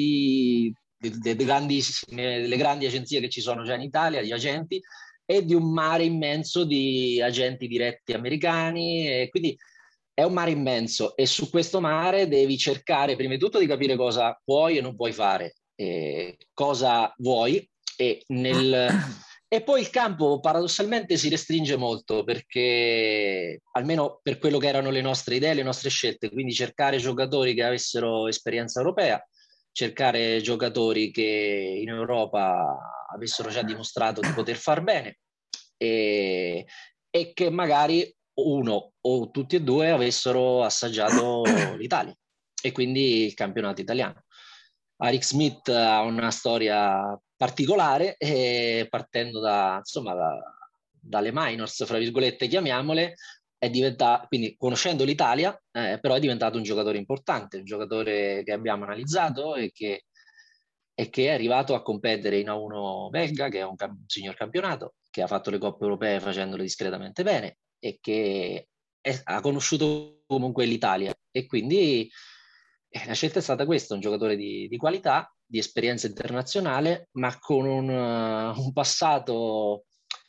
delle grandi agenzie che ci sono già in Italia, di agenti, e di un mare immenso di agenti diretti americani, e quindi è un mare immenso, e su questo mare devi cercare prima di tutto di capire cosa puoi e non puoi fare, cosa vuoi, e poi il campo paradossalmente si restringe molto, perché almeno per quello che erano le nostre idee, le nostre scelte, quindi cercare giocatori che avessero esperienza europea, cercare giocatori che in Europa avessero già dimostrato di poter far bene, e che magari uno o tutti e due avessero assaggiato l'Italia e quindi il campionato italiano. Arik Smith ha una storia particolare, partendo dalle minors, fra virgolette, chiamiamole, è diventato, quindi conoscendo l'Italia, però è diventato un giocatore importante, un giocatore che abbiamo analizzato e che è arrivato a competere in A1 belga, che è un signor campionato, che ha fatto le coppe europee facendole discretamente bene, e che ha conosciuto comunque l'Italia, e quindi la scelta è stata questa: un giocatore di qualità, di esperienza internazionale, ma con un passato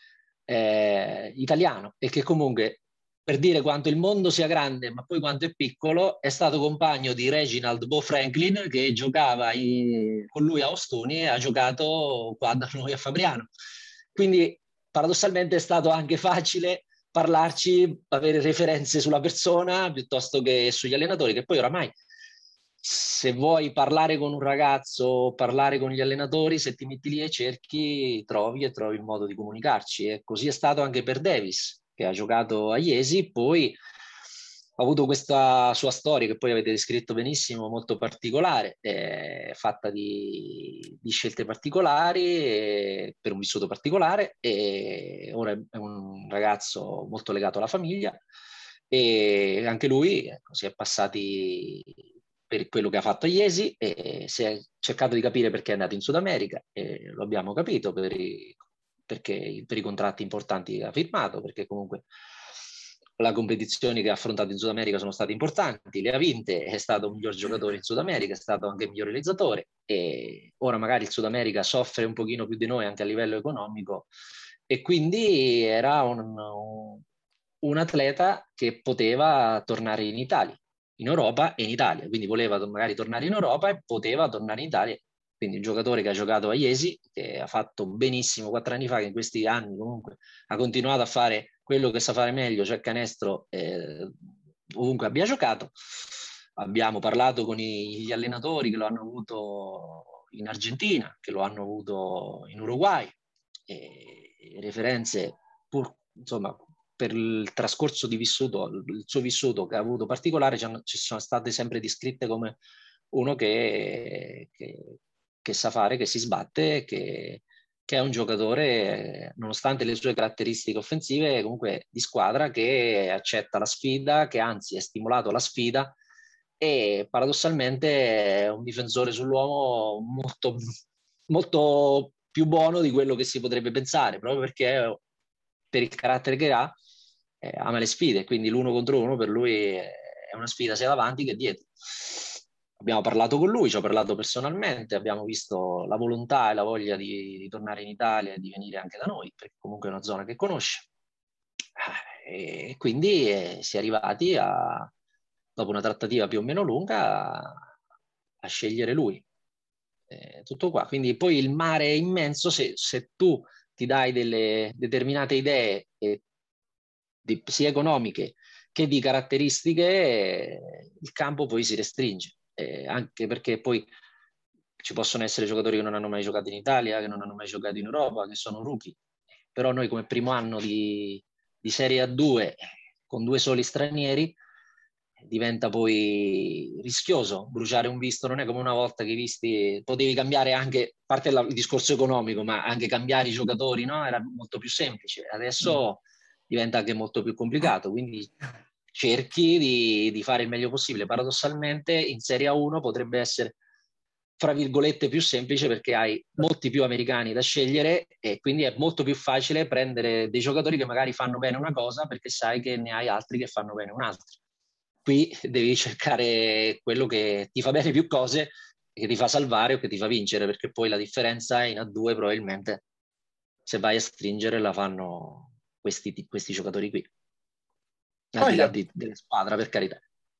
italiano, e che comunque, per dire quanto il mondo sia grande, ma poi quanto è piccolo, è stato compagno di Reginald Bo Franklin, che giocava con lui a Ostuni e ha giocato qua da noi a Fabriano. Quindi paradossalmente è stato anche facile parlarci, avere referenze sulla persona piuttosto che sugli allenatori, che poi oramai, se vuoi parlare con un ragazzo, parlare con gli allenatori, se ti metti lì e cerchi, trovi il modo di comunicarci. E così è stato anche per Davis, che ha giocato a Iesi, poi ha avuto questa sua storia che poi avete descritto benissimo, molto particolare, fatta di scelte particolari, per un vissuto particolare, e ora è un ragazzo molto legato alla famiglia, e anche lui si è passati per quello che ha fatto a Iesi, e si è cercato di capire perché è andato in Sud America, e lo abbiamo capito per i contratti importanti che ha firmato, perché comunque le competizioni che ha affrontato in Sud America sono state importanti, le ha vinte, è stato un miglior giocatore in Sud America, è stato anche il miglior realizzatore, e ora magari il Sud America soffre un pochino più di noi anche a livello economico, e quindi era un atleta che poteva tornare in Italia, in Europa e in Italia, quindi voleva magari tornare in Europa e poteva tornare in Italia. Quindi un giocatore che ha giocato a Iesi, che ha fatto benissimo 4 anni fa, che in questi anni comunque ha continuato a fare quello che sa fare meglio, cioè canestro, ovunque abbia giocato. Abbiamo parlato con gli allenatori che lo hanno avuto in Argentina, che lo hanno avuto in Uruguay, e referenze pur, insomma, per il trascorso di vissuto, il suo vissuto che ha avuto particolare, ci sono state sempre descritte come uno che sa fare, che si sbatte, che è un giocatore, nonostante le sue caratteristiche offensive, comunque di squadra, che accetta la sfida, che anzi è stimolato alla sfida, e paradossalmente è un difensore sull'uomo molto, molto più buono di quello che si potrebbe pensare, proprio perché per il carattere che ha, ama le sfide, quindi l'uno contro uno per lui è una sfida sia davanti che dietro. Abbiamo parlato con lui, ci ho parlato personalmente, abbiamo visto la volontà e la voglia di tornare in Italia e di venire anche da noi, perché comunque è una zona che conosce. E quindi si è arrivati dopo una trattativa più o meno lunga, a scegliere lui. Tutto qua. Quindi poi il mare è immenso, se tu ti dai delle determinate idee, sia economiche che di caratteristiche il campo poi si restringe, anche perché poi ci possono essere giocatori che non hanno mai giocato in Italia, che non hanno mai giocato in Europa, che sono rookie, però noi come primo anno di Serie A2 con 2 soli stranieri diventa poi rischioso bruciare un visto. Non è come una volta che i visti potevi cambiare anche, a parte il discorso economico, ma anche cambiare i giocatori, no? Era molto più semplice. Adesso diventa anche molto più complicato, quindi cerchi di fare il meglio possibile. Paradossalmente in Serie A1 potrebbe essere, fra virgolette, più semplice perché hai molti più americani da scegliere e quindi è molto più facile prendere dei giocatori che magari fanno bene una cosa perché sai che ne hai altri che fanno bene un'altra. Qui devi cercare quello che ti fa bene più cose, che ti fa salvare o che ti fa vincere, perché poi la differenza in A2 probabilmente, se vai a stringere, la fanno questi giocatori qui, al di là della squadra, per carità.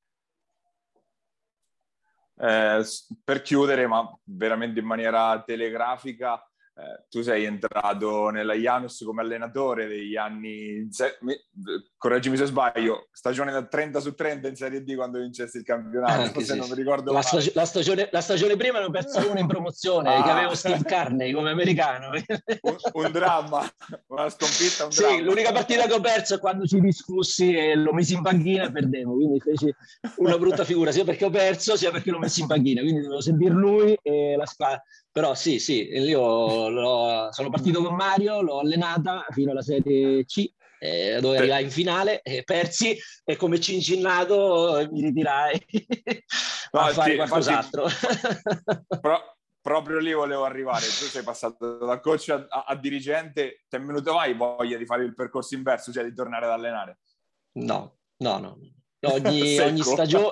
Per chiudere, ma veramente in maniera telegrafica, tu sei entrato nella Janus come allenatore degli anni, correggimi se sbaglio, stagione da 30 su 30 in Serie D quando vincesti il campionato, se non mi ricordo la stagione prima ne ho persa una in promozione, che avevo Steve Carney come americano. un dramma, una sconfitta, un sì, dramma. L'unica partita che ho perso è quando ci discussi e l'ho messo in panchina e perdevo, quindi feci una brutta figura, sia perché ho perso sia perché l'ho messo in panchina, quindi dovevo sentire lui e la squadra. Però sì, io sono partito con Mario, l'ho allenata fino alla Serie C, dove arrivai in finale, persi e come cincinnato mi ritirai a fare qualcos'altro. Proprio lì volevo arrivare. Tu sei passato da coach a dirigente, ti è venuto mai voglia di fare il percorso inverso, cioè di tornare ad allenare? No. Ogni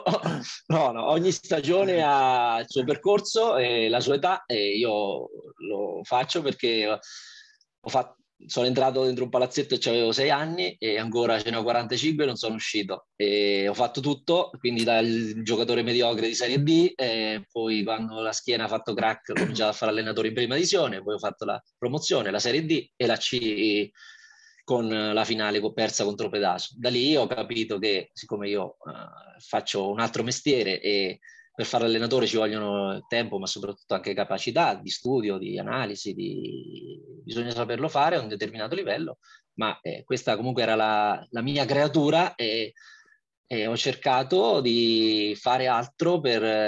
stagione ha il suo percorso e la sua età, e io lo faccio perché sono entrato dentro un palazzetto e avevo 6 anni e ancora ce ne ho 45 e non sono uscito, e ho fatto tutto, quindi dal giocatore mediocre di Serie B, e poi quando la schiena ha fatto crack ho cominciato a fare allenatore in prima divisione, poi ho fatto la promozione, la Serie D e la C con la finale persa contro Pedaso. Da lì ho capito che, siccome io faccio un altro mestiere e per fare allenatore ci vogliono tempo, ma soprattutto anche capacità di studio, di analisi, bisogna saperlo fare a un determinato livello, ma questa comunque era la mia creatura e ho cercato di fare altro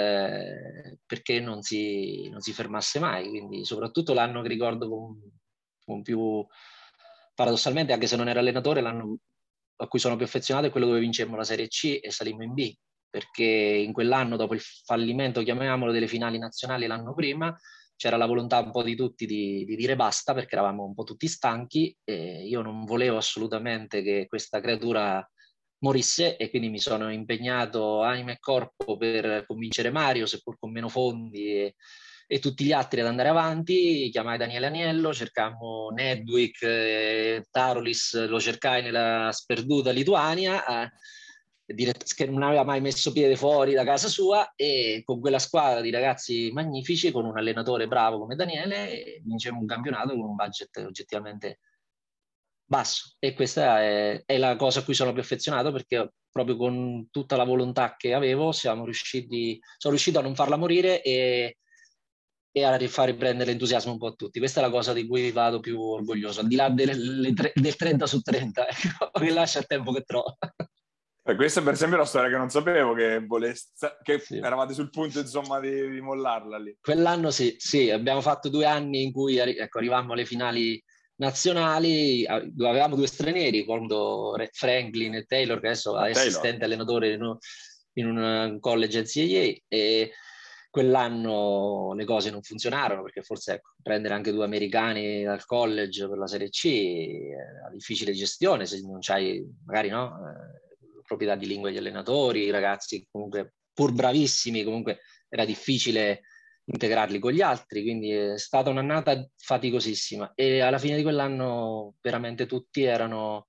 perché non si fermasse mai. Quindi soprattutto l'anno che ricordo con più, paradossalmente, anche se non era allenatore, l'anno a cui sono più affezionato è quello dove vincemmo la Serie C e salimmo in B, perché in quell'anno, dopo il fallimento, chiamiamolo, delle finali nazionali l'anno prima, c'era la volontà un po' di tutti di dire basta, perché eravamo un po' tutti stanchi e io non volevo assolutamente che questa creatura morisse, e quindi mi sono impegnato anima e corpo per convincere Mario, seppur con meno fondi, e tutti gli altri ad andare avanti. Chiamai Daniele Aniello, cercammo Nedwick, Tarolis, lo cercai nella sperduta Lituania, che non aveva mai messo piede fuori da casa sua, e con quella squadra di ragazzi magnifici, con un allenatore bravo come Daniele, vincemmo un campionato con un budget oggettivamente basso, e questa è la cosa a cui sono più affezionato, perché proprio con tutta la volontà che avevo sono riuscito a non farla morire e a far riprendere l'entusiasmo un po' a tutti. Questa è la cosa di cui vado più orgoglioso, al di là del 30 su 30, che lascia il tempo che trova. Questa è per esempio una storia che non sapevo, che sì, eravate sul punto, insomma, di mollarla lì. Quell'anno sì, abbiamo fatto 2 anni in cui arrivavamo alle finali nazionali, dove avevamo 2 stranieri, quando Franklin e Taylor, che adesso è assistente allenatore in un college NCAA, e quell'anno le cose non funzionarono, perché forse prendere anche 2 americani dal college per la Serie C è una difficile gestione se non c'hai magari proprietà di lingua degli allenatori, i ragazzi comunque pur bravissimi, comunque era difficile integrarli con gli altri, quindi è stata un'annata faticosissima, e alla fine di quell'anno veramente tutti erano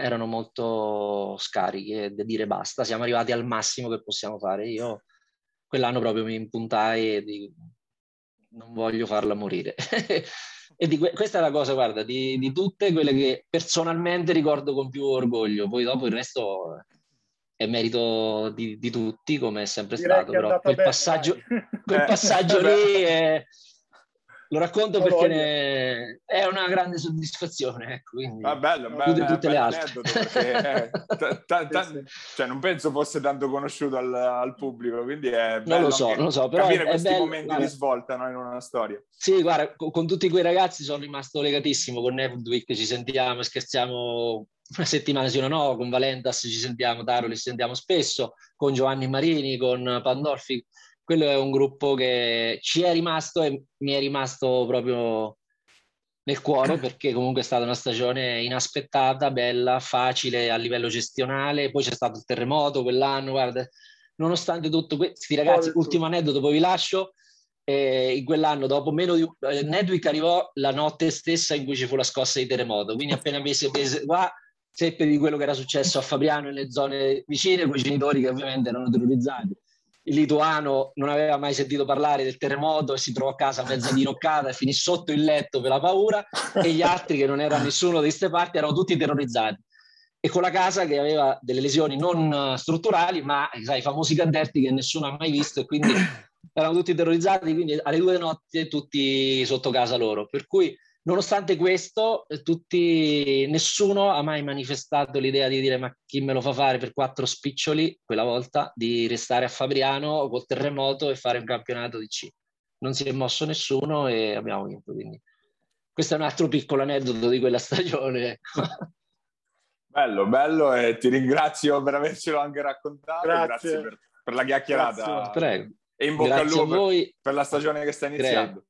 molto scarichi e da dire basta, siamo arrivati al massimo che possiamo fare. Io quell'anno proprio mi impuntai e non voglio farla morire. E questa è la cosa, guarda, di tutte quelle che personalmente ricordo con più orgoglio. Poi dopo il resto è merito di tutti, come è sempre Direi stato, però quel bene, passaggio lì lo racconto perché è una grande soddisfazione, ecco, quindi bello, tutte le altre. Perché, cioè, non penso fosse tanto conosciuto al pubblico, quindi è bello non lo so, però capire è questi bello, momenti di svolta, no, in una storia. Sì, guarda, con tutti quei ragazzi sono rimasto legatissimo. Con Nedwick ci sentiamo e scherziamo una settimana sì o no, con Valentas ci sentiamo, Taroli ci sentiamo spesso, con Giovanni Marini, con Pandolfi. Quello è un gruppo che ci è rimasto e mi è rimasto proprio nel cuore, perché comunque è stata una stagione inaspettata, bella, facile a livello gestionale. Poi c'è stato il terremoto quell'anno, guarda, nonostante tutto, questi ragazzi, ultimo aneddoto, poi vi lascio, in quell'anno, dopo meno di Nedwick arrivò la notte stessa in cui ci fu la scossa di terremoto, quindi appena mesi qua seppe di quello che era successo a Fabriano e nelle zone vicine, con i genitori che ovviamente erano terrorizzati. Il lituano non aveva mai sentito parlare del terremoto e si trovò a casa mezza diroccata e finì sotto il letto per la paura, e gli altri, che non era nessuno di queste parti, erano tutti terrorizzati, e con la casa che aveva delle lesioni non strutturali, ma sai, i famosi caddetti che nessuno ha mai visto, e quindi erano tutti terrorizzati, quindi alle 2 di notte tutti sotto casa loro. Per cui, nonostante questo, nessuno ha mai manifestato l'idea di dire: ma chi me lo fa fare per 4 spiccioli quella volta, di restare a Fabriano col terremoto e fare un campionato di C. Non si è mosso nessuno e abbiamo vinto. Quindi questo è un altro piccolo aneddoto di quella stagione. Bello, e ti ringrazio per avercelo anche raccontato. Grazie per la chiacchierata. Grazie. Prego. E in bocca al lupo per la stagione che sta iniziando.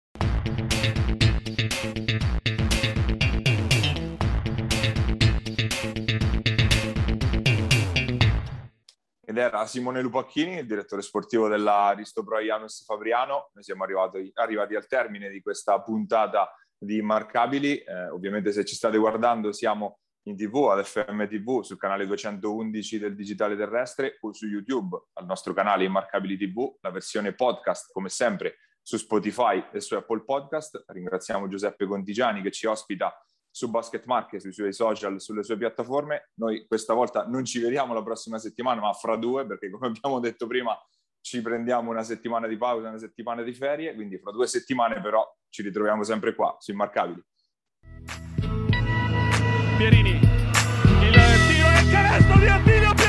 Ed era Simone Lupacchini, il direttore sportivo della Risto Pro Janus Fabriano. Noi siamo arrivati al termine di questa puntata di Immarcabili. Ovviamente, se ci state guardando, siamo in TV, ad FM TV, sul canale 211 del Digitale Terrestre, o su YouTube, al nostro canale Immarcabili TV, la versione podcast, come sempre, su Spotify e su Apple Podcast. Ringraziamo Giuseppe Contigiani che ci ospita su Basket Marche, sui suoi social, sulle sue piattaforme. Noi questa volta non ci vediamo la prossima settimana, ma fra 2, perché, come abbiamo detto prima, ci prendiamo una settimana di pausa, una settimana di ferie, quindi fra 2 settimane però ci ritroviamo sempre qua, su Immarcabili. Pierini, il tiro e il canestro di Attilio